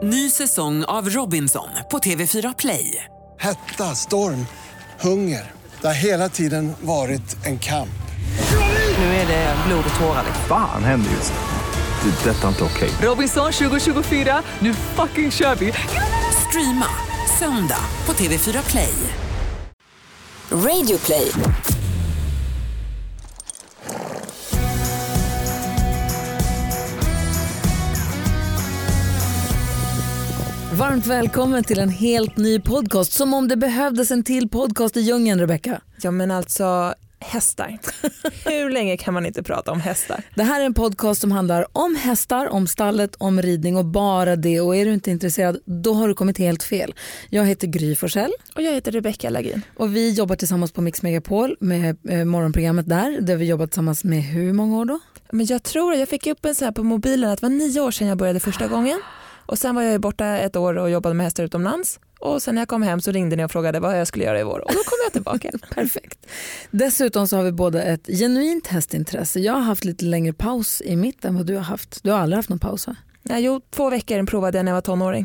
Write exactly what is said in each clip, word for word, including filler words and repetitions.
Ny säsong av Robinson på T V fyra Play. Hetta, storm, hunger. Det har hela tiden varit en kamp. Nu är det blod och tårar. Fan händer just nu. Det. Detta är inte okej. Robinson tjugo tjugofyra, nu fucking kör vi. Streama söndag på T V fyra Play. Radio Play. Varmt välkommen till en helt ny podcast. Som om det behövdes en till podcast i djungeln, Rebecca. Ja, men alltså hästar. Hur länge kan man inte prata om hästar? Det här är en podcast som handlar om hästar, om stallet, om ridning och bara det. Och är du inte intresserad, då har du kommit helt fel. Jag heter Gry Forssell. Och jag heter Rebecca Lagin. Och vi jobbar tillsammans på Mix Megapol med eh, morgonprogrammet där. Där vi jobbat tillsammans med hur många år då? Men jag tror, jag fick upp en så här på mobilen att det var nio år sedan jag började första gången. Och sen var jag borta ett år och jobbade med hästar utomlands. Och sen när jag kom hem så ringde ni och frågade vad jag skulle göra i vår. Och då kom jag tillbaka. Perfekt. Dessutom så har vi både ett genuint hästintresse. Jag har haft lite längre paus i mitt än vad du har haft. Du har aldrig haft någon paus, va? Ja, jo, två veckor provade jag när jag var tonåring.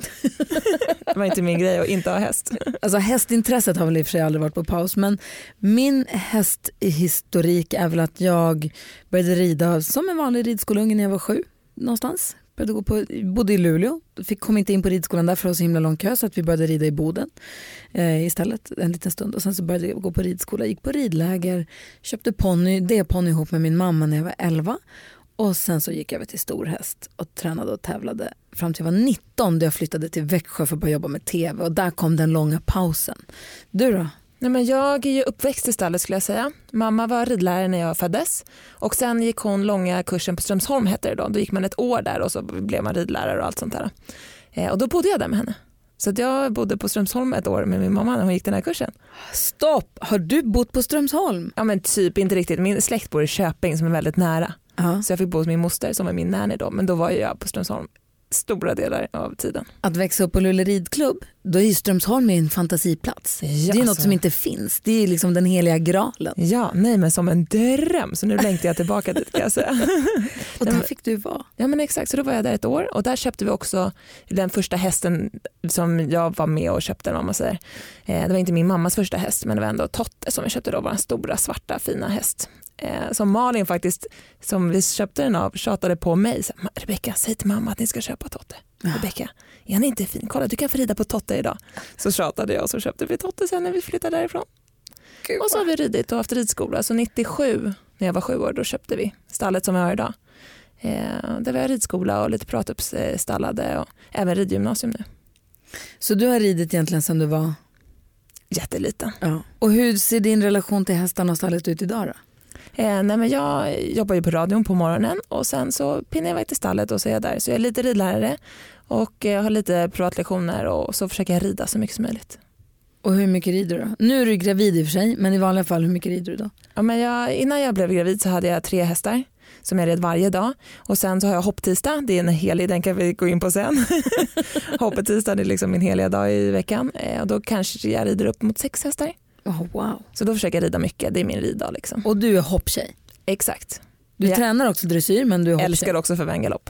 Det var inte min grej att inte ha häst. Alltså hästintresset har väl i och för sig aldrig varit på paus. Men min hästhistorik är väl att jag började rida som en vanlig ridskoleunge när jag var sju någonstans. Började gå på, bodde i Luleå, fick kom inte in på ridskolan där för det var så himla lång kö så att vi började rida i Boden eh, istället en liten stund. Och sen så började jag gå på ridskola, gick på ridläger, köpte ponny, det ponny ihop med min mamma när jag var elva. Och sen så gick jag över till storhäst och tränade och tävlade fram till jag var nitton då jag flyttade till Växjö för att börja jobba med tv. Och där kom den långa pausen. Du då? Nej, men jag är ju uppväxt i stallet skulle jag säga. Mamma var ridlärare när jag föddes. Och sen gick hon långa kursen på Strömsholm hette det då. Då gick man ett år där och så blev man ridlärare och allt sånt där. Eh, och då bodde jag där med henne. Så att jag bodde på Strömsholm ett år med min mamma när hon gick den här kursen. Stopp! Har du bott på Strömsholm? Ja men typ inte riktigt. Min släkt bor i Köping som är väldigt nära. Uh-huh. Så jag fick bo hos min moster som var min nanny då. Men då var jag på Strömsholm stora delar av tiden. Att växa upp på Luleå ridklubb, då är ju Strömsholm en fantasiplats. Ja, det är något alltså. som inte finns. Det är liksom den heliga graalen. Ja, nej men som en dröm. Så nu längtar jag tillbaka dit kan jag säga. Och där fick du vara. Ja men exakt, så då var jag där ett år. Och där köpte vi också den första hästen som jag var med och köpte, om man säger. Det var inte min mammas första häst, men det var ändå Totte som jag köpte då, var en stora svarta fina häst. Eh, som Malin faktiskt, som vi köpte den av, tjatade på mig. Så, Rebecca, säg till mamma att ni ska köpa Totte. Ja. Rebecca, är han inte fin? Kolla, du kan få rida på Totte idag. Så tjatade jag och så köpte vi Totte sen när vi flyttade därifrån. Gud, och så har vi ridit och haft ridskola. Så nittiosju, när jag var sju år, då köpte vi stallet som jag har idag. Eh, där var jag ridskola och lite pratuppstallade och även ridgymnasium nu. Så du har ridit egentligen sedan du var jätteliten. Ja. Och hur ser din relation till hästarna och stallet ut idag då? Eh, nej men jag jobbar ju på radion på morgonen och sen så pinnar jag iväg till stallet och så är jag där. Så jag är lite ridlärare och eh, har lite privatlektioner och så försöker jag rida så mycket som möjligt. Och hur mycket rider du då? Nu är du gravid i och för sig, men i vanliga fall hur mycket rider du då? Ja, men jag, innan jag blev gravid så hade jag tre hästar som jag red varje dag. Och sen så har jag hopptisdag, det är en helig, den kan vi gå in på sen. Hopptisdag är liksom min heliga dag i veckan eh, och då kanske jag rider upp mot sex hästar. Oh, wow. Så då försöker jag rida mycket, det är min riddag liksom. Och du är hopptjej? Exakt. Du jag tränar också dressyr, men du är hopptjej. Älskar också för vängalopp.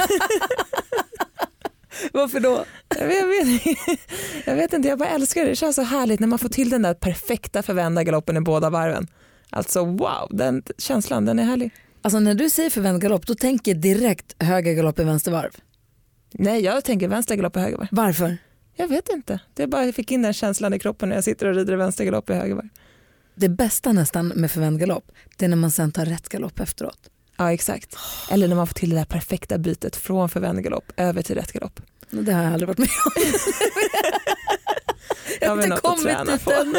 Varför då? Jag vet, jag, vet, jag vet inte, jag bara älskar det. Det känns så härligt när man får till den där perfekta förvända galoppen i båda varven. Alltså wow, den känslan, den är härlig. Alltså när du säger förvänd galopp, då tänker jag direkt höger galopp i vänster varv. Nej, jag tänker vänster galopp i höger varv. Varför? Jag vet inte. Det är bara jag fick in den känslan i kroppen när jag sitter och rider vänster galopp i höger varv. Det bästa nästan med förvänd galopp, det är när man sen tar rätt galopp efteråt. Ja, exakt. Eller när man får till det där perfekta bytet från förvänd galopp över till rätt galopp. Det har jag aldrig varit med om. Jag har inte kommit dit än.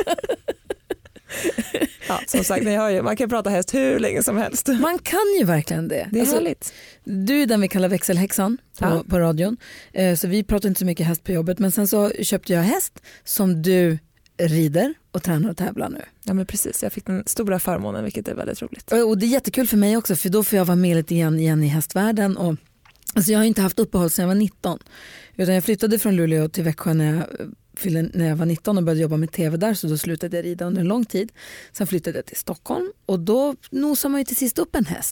Ja, som sagt, jag har ju, man kan prata häst hur länge som helst. Man kan ju verkligen det. Det är alltså, härligt. Du är den vi kallar växelhäxan på, ja. på radion. Eh, så vi pratar inte så mycket häst på jobbet. Men sen så köpte jag häst som du rider och tränar och tävlar nu. Ja men precis, jag fick den stora förmånen vilket är väldigt roligt. Och det är jättekul för mig också, för då får jag vara med lite igen, igen i hästvärlden. Och, alltså jag har inte haft uppehåll sedan jag var nitton. Utan jag flyttade från Luleå till Växjö när jag, när jag var nitton och började jobba med tv där. Så då slutade jag rida under en lång tid. Sen flyttade jag till Stockholm och då nosade man ju till sist upp en häst.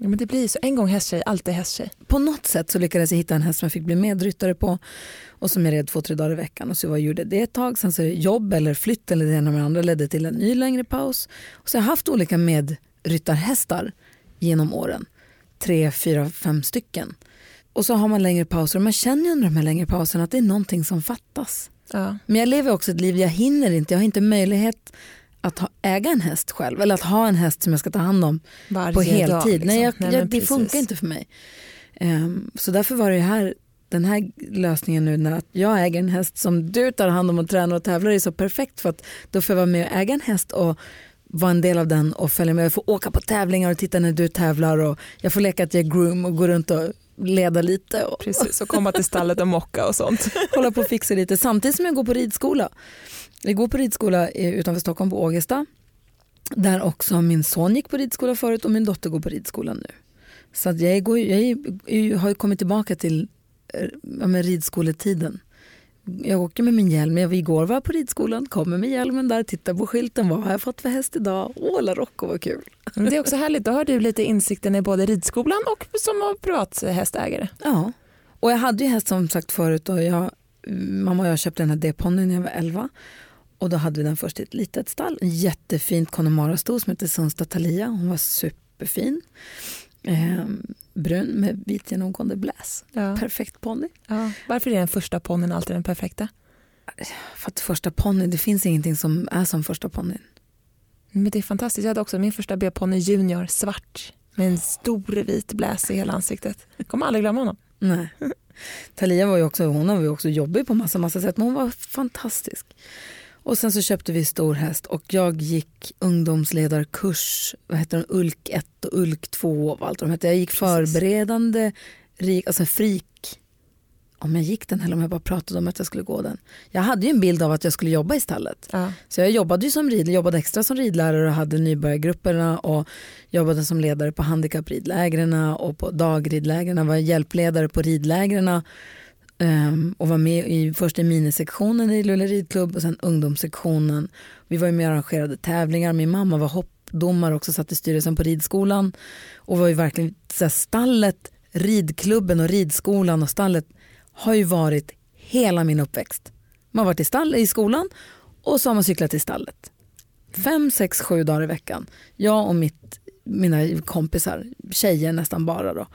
Ja, men det blir så. En gång hästtjej, alltid hästtjej. På något sätt så lyckades jag hitta en häst som jag fick bli medryttare på och som jag red två, tre dagar i veckan. Och så jag gjorde det ett tag. Sen så jobb eller flytt eller det ena med det andra ledde till en ny längre paus. Och så har jag haft olika medryttarhästar genom åren. Tre, fyra, fem stycken. Och så har man längre pauser och man känner under de här längre pauserna att det är någonting som fattas. Ja. Men jag lever också ett liv, jag hinner inte, jag har inte möjlighet att ha, äga en häst själv eller att ha en häst som jag ska ta hand om Varje på heltid. dag, liksom. Nej, jag, Nej, jag, det funkar inte för mig. Um, så därför var det här, den här lösningen nu när jag äger en häst som du tar hand om och tränar och tävlar är så perfekt för att då får jag vara med och äga en häst och vara en del av den och följa med. Jag får åka på tävlingar och titta när du tävlar och jag får leka att jag är groom och gå runt och leda lite. Och, precis, och komma till stallet och mocka och sånt. Hålla på och fixa lite samtidigt som jag går på ridskola. Jag går på ridskola utanför Stockholm på Ågesta. Där också min son gick på ridskola förut och min dotter går på ridskolan nu. Så att jag, går, jag, jag har kommit tillbaka till ja, med ridskoletiden. Jag åker med min hjälm. Jag igår var på ridskolan, kommer med hjälmen där, tittar på skylten. Vad har jag fått för häst idag? Åh, la Rocco, vad kul. Men det är också härligt. Då har du lite insikten i både ridskolan och som privat hästägare. Ja, och jag hade ju häst som sagt förut och jag, mamma och jag köpte den här D-ponnyn när jag var elva. Och då hade vi den först i ett litet stall. En jättefint Connemara-sto som heter Sunsta Thalia. Hon var superfin. Eh, brun med vit genomgående bläs. Ja. Perfekt ponny. Ja. Varför är den första ponnyn alltid den perfekta? För att första ponny, det finns ingenting som är som första ponnyn. Men det är fantastiskt. Jag hade också min första B-ponny junior, svart. Med en stor vit bläs i hela ansiktet. Jag kommer aldrig glömma honom. Nej. Thalia var ju också, hon var ju också jobbig på massa, massa sätt. Men hon var fantastisk. Och sen så köpte vi stor häst och jag gick ungdomsledarkurs, vad heter den, U L K ett och U L K två och allt de hette. Jag gick förberedande, alltså frik, om jag gick den eller om jag bara pratade om att jag skulle gå den. Jag hade ju en bild av att jag skulle jobba i stallet. Ja. Så jag jobbade ju som rid, jobbade extra som ridlärare och hade nybörjargrupperna och jobbade som ledare på handikappridlägren och på dagridlägren, var hjälpledare på ridlägren. Um, och var med i först i minisektionen i Luleå ridklubb och sen ungdomssektionen. Vi var ju med och arrangerade tävlingar. Min mamma var hoppdomare också, satt i styrelsen på ridskolan och var ju verkligen så här, stallet, ridklubben och ridskolan och stallet har ju varit hela min uppväxt. Man har varit i stall i skolan och så har man cyklat i stallet. Fem, sex, sju dagar i veckan. Jag och mitt, mina kompisar, tjejer nästan bara då.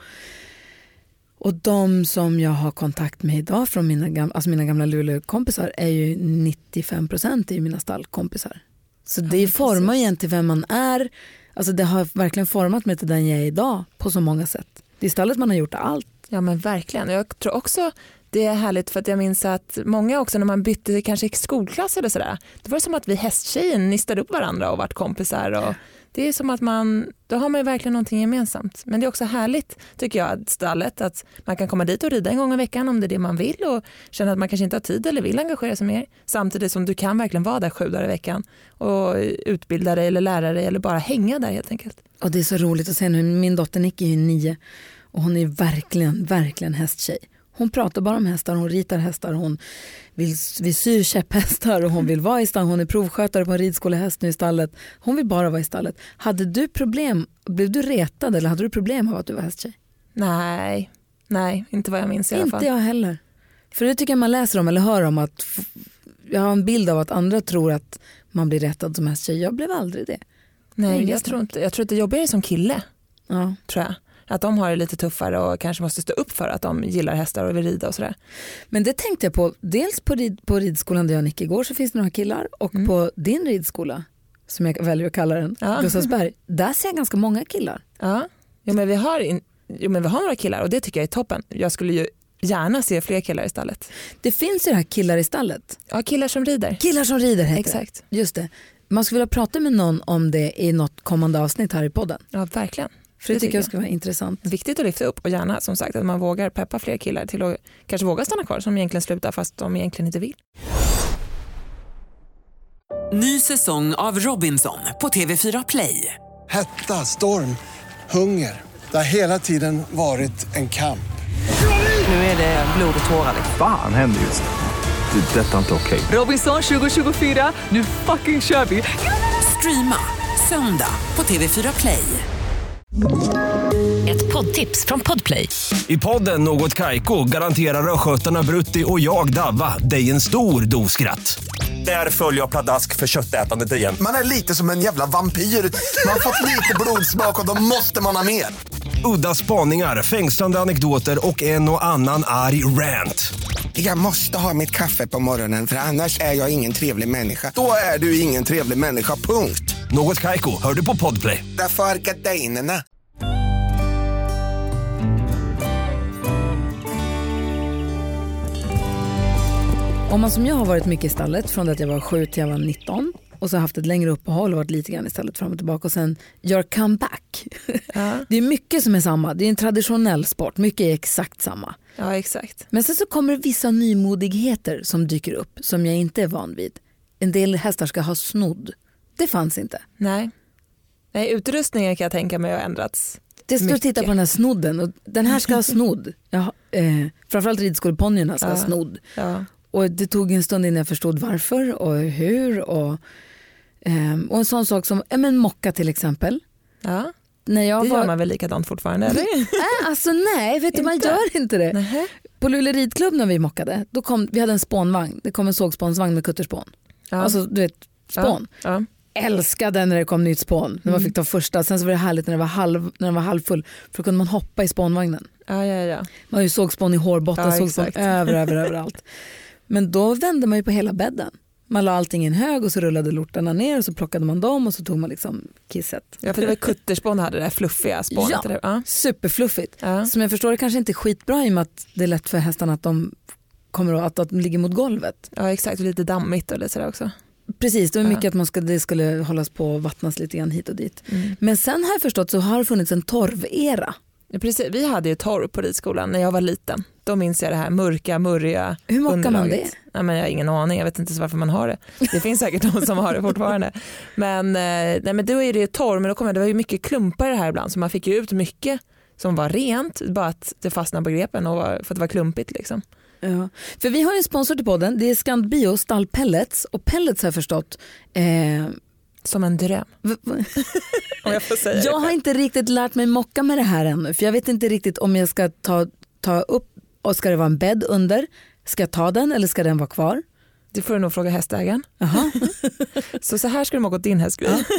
Och de som jag har kontakt med idag från mina gamla, alltså mina gamla Luleå-kompisar är ju nittiofem procent i mina stallkompisar. Så det ja, formar ju igen till vem man är. Alltså det har verkligen format mig till den jag är idag på så många sätt. Det är stallet man har gjort allt. Ja men verkligen. Jag tror också det är härligt för att jag minns att många också när man bytte kanske skolklass eller sådär. Det var som att vi hästtjejen nistade upp varandra och vart kompisar och det är som att man, då har man ju verkligen någonting gemensamt. Men det är också härligt tycker jag stallet att man kan komma dit och rida en gång i veckan om det är det man vill och känna att man kanske inte har tid eller vill engagera sig mer. Samtidigt som du kan verkligen vara där sju dagar i veckan och utbilda dig eller lära dig eller bara hänga där helt enkelt. Och det är så roligt att se nu, min dotter Nicky är ju nio och hon är verkligen, verkligen hästtjej. Hon pratar bara om hästar, hon ritar hästar, hon vill, vill sy käpphästar och hon vill vara i stallet. Hon är provskötare på en ridskolehäst nu i stallet. Hon vill bara vara i stallet. Hade du problem, blev du retad eller hade du problem av att du var hästtjej? Nej, nej, inte vad jag minns i alla fall. Inte jag heller. För det tycker jag man läser om eller hör om att jag har en bild av att andra tror att man blir retad som hästtjej. Jag blev aldrig det. Nej, jag, jag tror inte. Jag tror att det jobbigare som kille, ja. Tror jag. Att de har det lite tuffare och kanske måste stå upp för att de gillar hästar och vill rida och sådär. Men det tänkte jag på, dels på, rid, på ridskolan där jag och Nick igår så finns det några killar och mm. på din ridskola som jag väljer att kalla den, ja. Gustavsberg, där ser jag ganska många killar. Ja, jo, men vi har in, jo, men vi har några killar och det tycker jag är toppen. Jag skulle ju gärna se fler killar i stallet. Det finns ju det här killar i stallet. Ja, killar som rider. Killar som rider heter Exakt. Det. Just det. Man skulle vilja prata med någon om det i något kommande avsnitt här i podden. Ja, verkligen. För det, det tycker jag ska vara intressant. Viktigt att lyfta upp och gärna som sagt att man vågar peppa fler killar till att kanske våga stanna kvar som egentligen slutar fast de egentligen inte vill. Ny säsong av Robinson på T V fyra Play. Hetta, storm, hunger. Det har hela tiden varit en kamp. Nu är det blod och tårar. Fan händer just det. Det är detta inte okej. Okay. Robinson tjugo tjugofyra, nu fucking kör vi. Streama söndag på T V fyra Play. poddtips från Podplay. I podden Något Kaiko garanterar röskötarna Brutti och jag Davva dig en stor dos skratt. Där följer jag pladask för köttätandet igen. Man är lite som en jävla vampyr. Man har fått lite blodsmak och då måste man ha mer. Udda spaningar, fängslande anekdoter och en och annan arg rant. Jag måste ha mitt kaffe på morgonen för annars är jag ingen trevlig människa. Då är du ingen trevlig människa, punkt. Något Kaiko, hör du på Podplay. Därför är gardinerna. Om man som jag har varit mycket i stallet från att jag var sju till jag var nitton och så haft ett längre uppehåll och varit lite grann i stallet fram och tillbaka och sen gör comeback. Ja. Det är mycket som är samma. Det är en traditionell sport. Mycket är exakt samma. Ja, exakt. Men sen så kommer det vissa nymodigheter som dyker upp som jag inte är van vid. En del hästar ska ha snodd. Det fanns inte. Nej. Nej, utrustningen kan jag tänka mig har ändrats. Det ska titta på den här snodden. Och den här ska ha snodd. Ja, eh, framförallt ridskoleponjerna ska ja. ha snodd. Ja. Och det tog en stund innan jag förstod varför och hur. Och, eh, och en sån sak som eh, men mocka till exempel. Ja. När jag det var... gör man väl likadant fortfarande? Eller? äh, alltså nej, vet du, man gör inte det. Nähe. På Luleå ridklubb när vi mockade, då kom, vi hade en spånvagn. Det kom en sågspånsvagn med kutterspån. Ja. Alltså du vet, spån. Ja. Ja. Älskade när det kom nytt spån. När man fick ta första. Sen så var det härligt när det var, halv, när den var halvfull. För då kunde man hoppa i spånvagnen. Ja, ja, ja. Man har ju sågspån i hårbotten, ja, sågspån över, över, överallt. Men då vände man ju på hela bädden. Man la allting i en hög och så rullade lortarna ner och så plockade man dem och så tog man liksom kisset. Ja, för det var kutterspån hade det där fluffiga spånet. Ja, eller? Ja. Superfluffigt. Ja. Som jag förstår det kanske inte är skitbra i och med att det är lätt för hästarna att de kommer att, att de ligger mot golvet. Ja, exakt. Och lite dammigt och lite sådär också. Precis, det var mycket ja. att man ska, det skulle hållas på och vattnas lite grann hit och dit. Mm. Men sen har jag förstått så har det funnits en torvera. Ja, precis. Vi hade ju torv på ridskolan när jag var liten. Då minns jag det här mörka, murriga. Hur mockar man det? Ja, men jag har ingen aning, jag vet inte så varför man har det. Det finns säkert de som har det fortfarande. Men, nej, men då är det ju torv, men då kommer det var ju mycket klumpar här ibland så man fick ju ut mycket som var rent, bara att det fastnade på grepen och var, för att det var klumpigt liksom. Ja. För vi har ju en sponsor till podden, det är Scandbio stallpellets och pellets har jag förstått eh... som en dröm. Om jag får säga jag har inte riktigt lärt mig mocka med det här ännu för jag vet inte riktigt om jag ska ta, ta upp och ska det vara en bädd under, ska jag ta den eller ska den vara kvar? Det får du nog fråga hästägaren. Aha. så så här ska du mocka åt din hästgrej. Ja.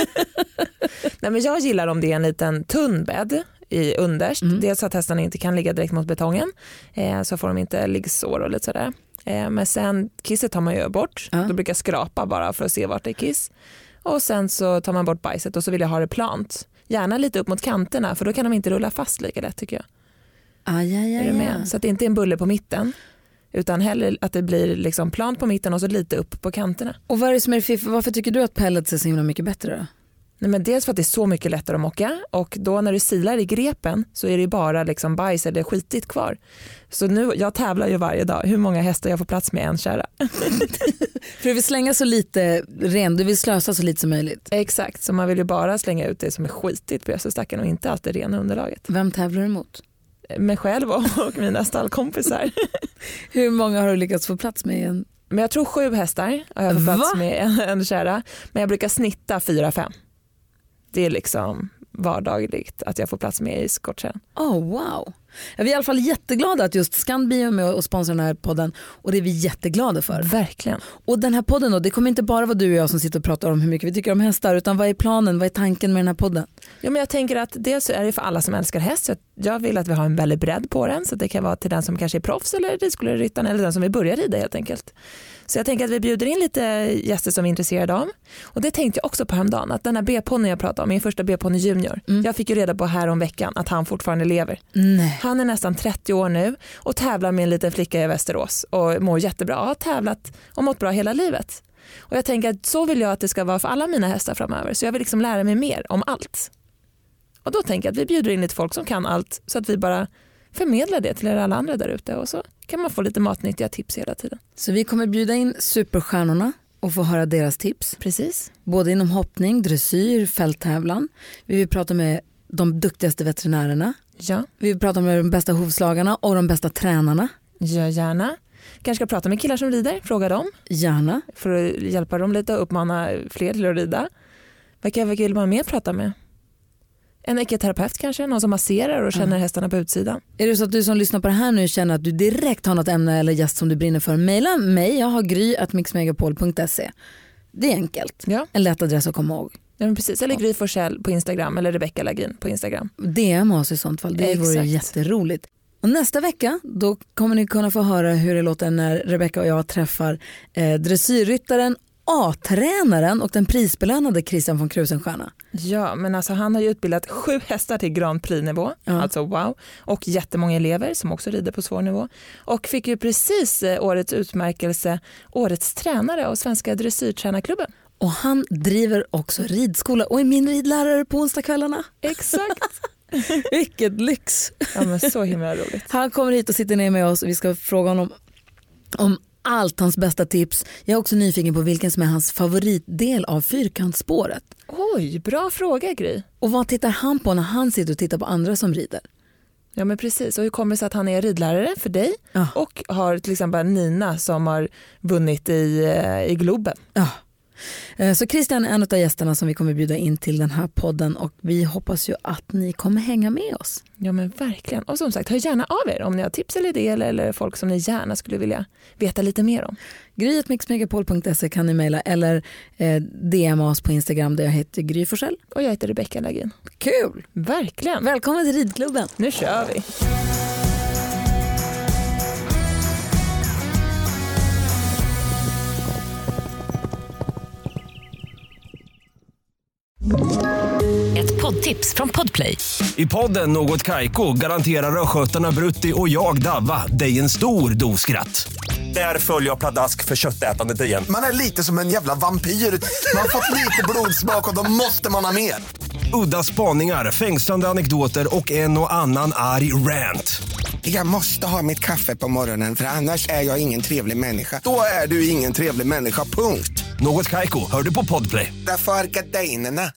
Nej, men jag gillar om det är en liten tunn bädd i underst. Mm. Dels så att hästarna inte kan ligga direkt mot betongen eh, så får de inte liggsår och lite sådär. Eh, men sen kisset tar man ju bort. Ja. Då brukar jag skrapa bara för att se vart det är kiss. Och sen så tar man bort bajset och så vill jag ha det plant. Gärna lite upp mot kanterna för då kan de inte rulla fast lika lätt tycker jag. Ah, ja, ja, är du med? Ja. Så att det inte är en bulle på mitten utan hellre att det blir liksom plant på mitten och så lite upp på kanterna. Och vad är det som är fiff? Varför tycker du att pellets är så himla mycket bättre då? Nej, men dels för att det är så mycket lättare att mocka och då när du silar i grepen så är det bara liksom bajs eller skitigt kvar. Så nu, jag tävlar ju varje dag hur många hästar jag får plats med en kära. För du vill slänga så lite ren, du vill slösa så lite som möjligt. Exakt, så man vill ju bara slänga ut det som är skitigt på gödselstacken och inte alltid rena underlaget. Vem tävlar du emot? Mig själv och mina stallkompisar. Hur många har du lyckats få plats med en? Men jag tror sju hästar har jag fått plats Va? med en, en kära. Men jag brukar snitta fyra, fem. Det är liksom vardagligt att jag får plats med i skottkärran. Oh wow. Vi är i alla fall jätteglada att just Scandbio är med och sponsrar den här podden och det är vi jätteglada för. Verkligen. Och den här podden då, det kommer inte bara vara du och jag som sitter och pratar om hur mycket vi tycker om hästar utan vad är planen, vad är tanken med den här podden? Ja, men jag tänker att dels är det för alla som älskar häst. Jag vill att vi har en väldigt bredd på den så att det kan vara till den som kanske är proffs eller ridskoleryttaren eller den som vill börja rida helt enkelt. Så jag tänker att vi bjuder in lite gäster som är intresserade av. Och det tänkte jag också på häromdagen att den här B-ponny jag pratade om, min första B-ponny junior. Mm. Jag fick ju reda på här om veckan att han fortfarande lever. Nej. Han är nästan trettio år nu och tävlar med en liten flicka i Västerås och mår jättebra. Har tävlat och mått bra hela livet. Och jag tänker att så vill jag att det ska vara för alla mina hästar framöver. Så jag vill liksom lära mig mer om allt. Och då tänker jag att vi bjuder in lite folk som kan allt så att vi bara förmedlar det till alla andra där ute och så kan man få lite matnyttiga tips hela tiden. Så vi kommer bjuda in superstjärnorna och få höra deras tips. Precis. Både inom hoppning, dressyr, fälttävlan. Vi vill prata med de duktigaste veterinärerna. Ja. Vi vill prata med de bästa hovslagarna och de bästa tränarna. Ja, gärna. Kanske ska prata med killar som rider, fråga dem. Gärna. För att hjälpa dem lite och uppmana fler till att rida. Vilka vill man mer prata med? En ekoterapeut kanske, någon som masserar och känner mm. hästarna på utsidan. Är det så att du som lyssnar på det här nu känner att du direkt har något ämne eller gäst som du brinner för, mejla mig, jag har gry at mixmegapol punkt se. Det är enkelt, ja. En lätt adress att komma ihåg. Ja, men precis, eller Gry Forssell på Instagram eller Rebecca Lagin på Instagram. D M oss i sånt fall, det Exakt. vore jätteroligt. Och nästa vecka då kommer ni kunna få höra hur det låter när Rebecca och jag träffar eh, dressyrryttaren, A-tränaren och den prisbelönade Christian von Krusenstjerna. Ja, men alltså han har ju utbildat sju hästar till Grand Prix-nivå, ja. Alltså wow, och jättemånga elever som också rider på svår nivå. Och fick ju precis årets utmärkelse, årets tränare av Svenska dressyrtränarklubben. Och han driver också ridskola och är min ridlärare på onsdagskvällarna. Exakt. Vilket lyx. Ja, men så himla roligt. Han kommer hit och sitter ner med oss och vi ska fråga honom om allt, hans bästa tips. Jag är också nyfiken på vilken som är hans favoritdel av fyrkantsspåret. Oj, bra fråga Gry. Och vad tittar han på när han sitter och tittar på andra som rider? Ja, men precis. Och hur kommer det sig att han är ridlärare för dig ja. och har till exempel Nina som har vunnit i, i Globen? Ja. Så Christian är en av gästerna som vi kommer bjuda in till den här podden och vi hoppas ju att ni kommer hänga med oss. Ja, men verkligen. Och som sagt, hör gärna av er om ni har tips eller idéer eller folk som ni gärna skulle vilja veta lite mer om. gry at mixmegapol punkt se kan ni mejla eller eh, D M oss på Instagram där jag heter Gry Forssell. Och jag heter Rebecca Lagin. Kul! Verkligen. Välkommen till ridklubben. Nu kör vi. Ett poddtips från Podplay. I podden Något Kaiko garanterar röskötarna Brutti och jag Davva dig en stor dos skratt. Där följer jag pladask för köttätandet igen. Man är lite som en jävla vampyr. Man har fått lite blodsmak och då måste man ha mer. Udda spaningar, fängslande anekdoter och en och annan arg rant. Jag måste ha mitt kaffe på morgonen för annars är jag ingen trevlig människa. Då är du ingen trevlig människa, punkt. Något Kaiko, hör du på Podplay. Därför är gardinerna.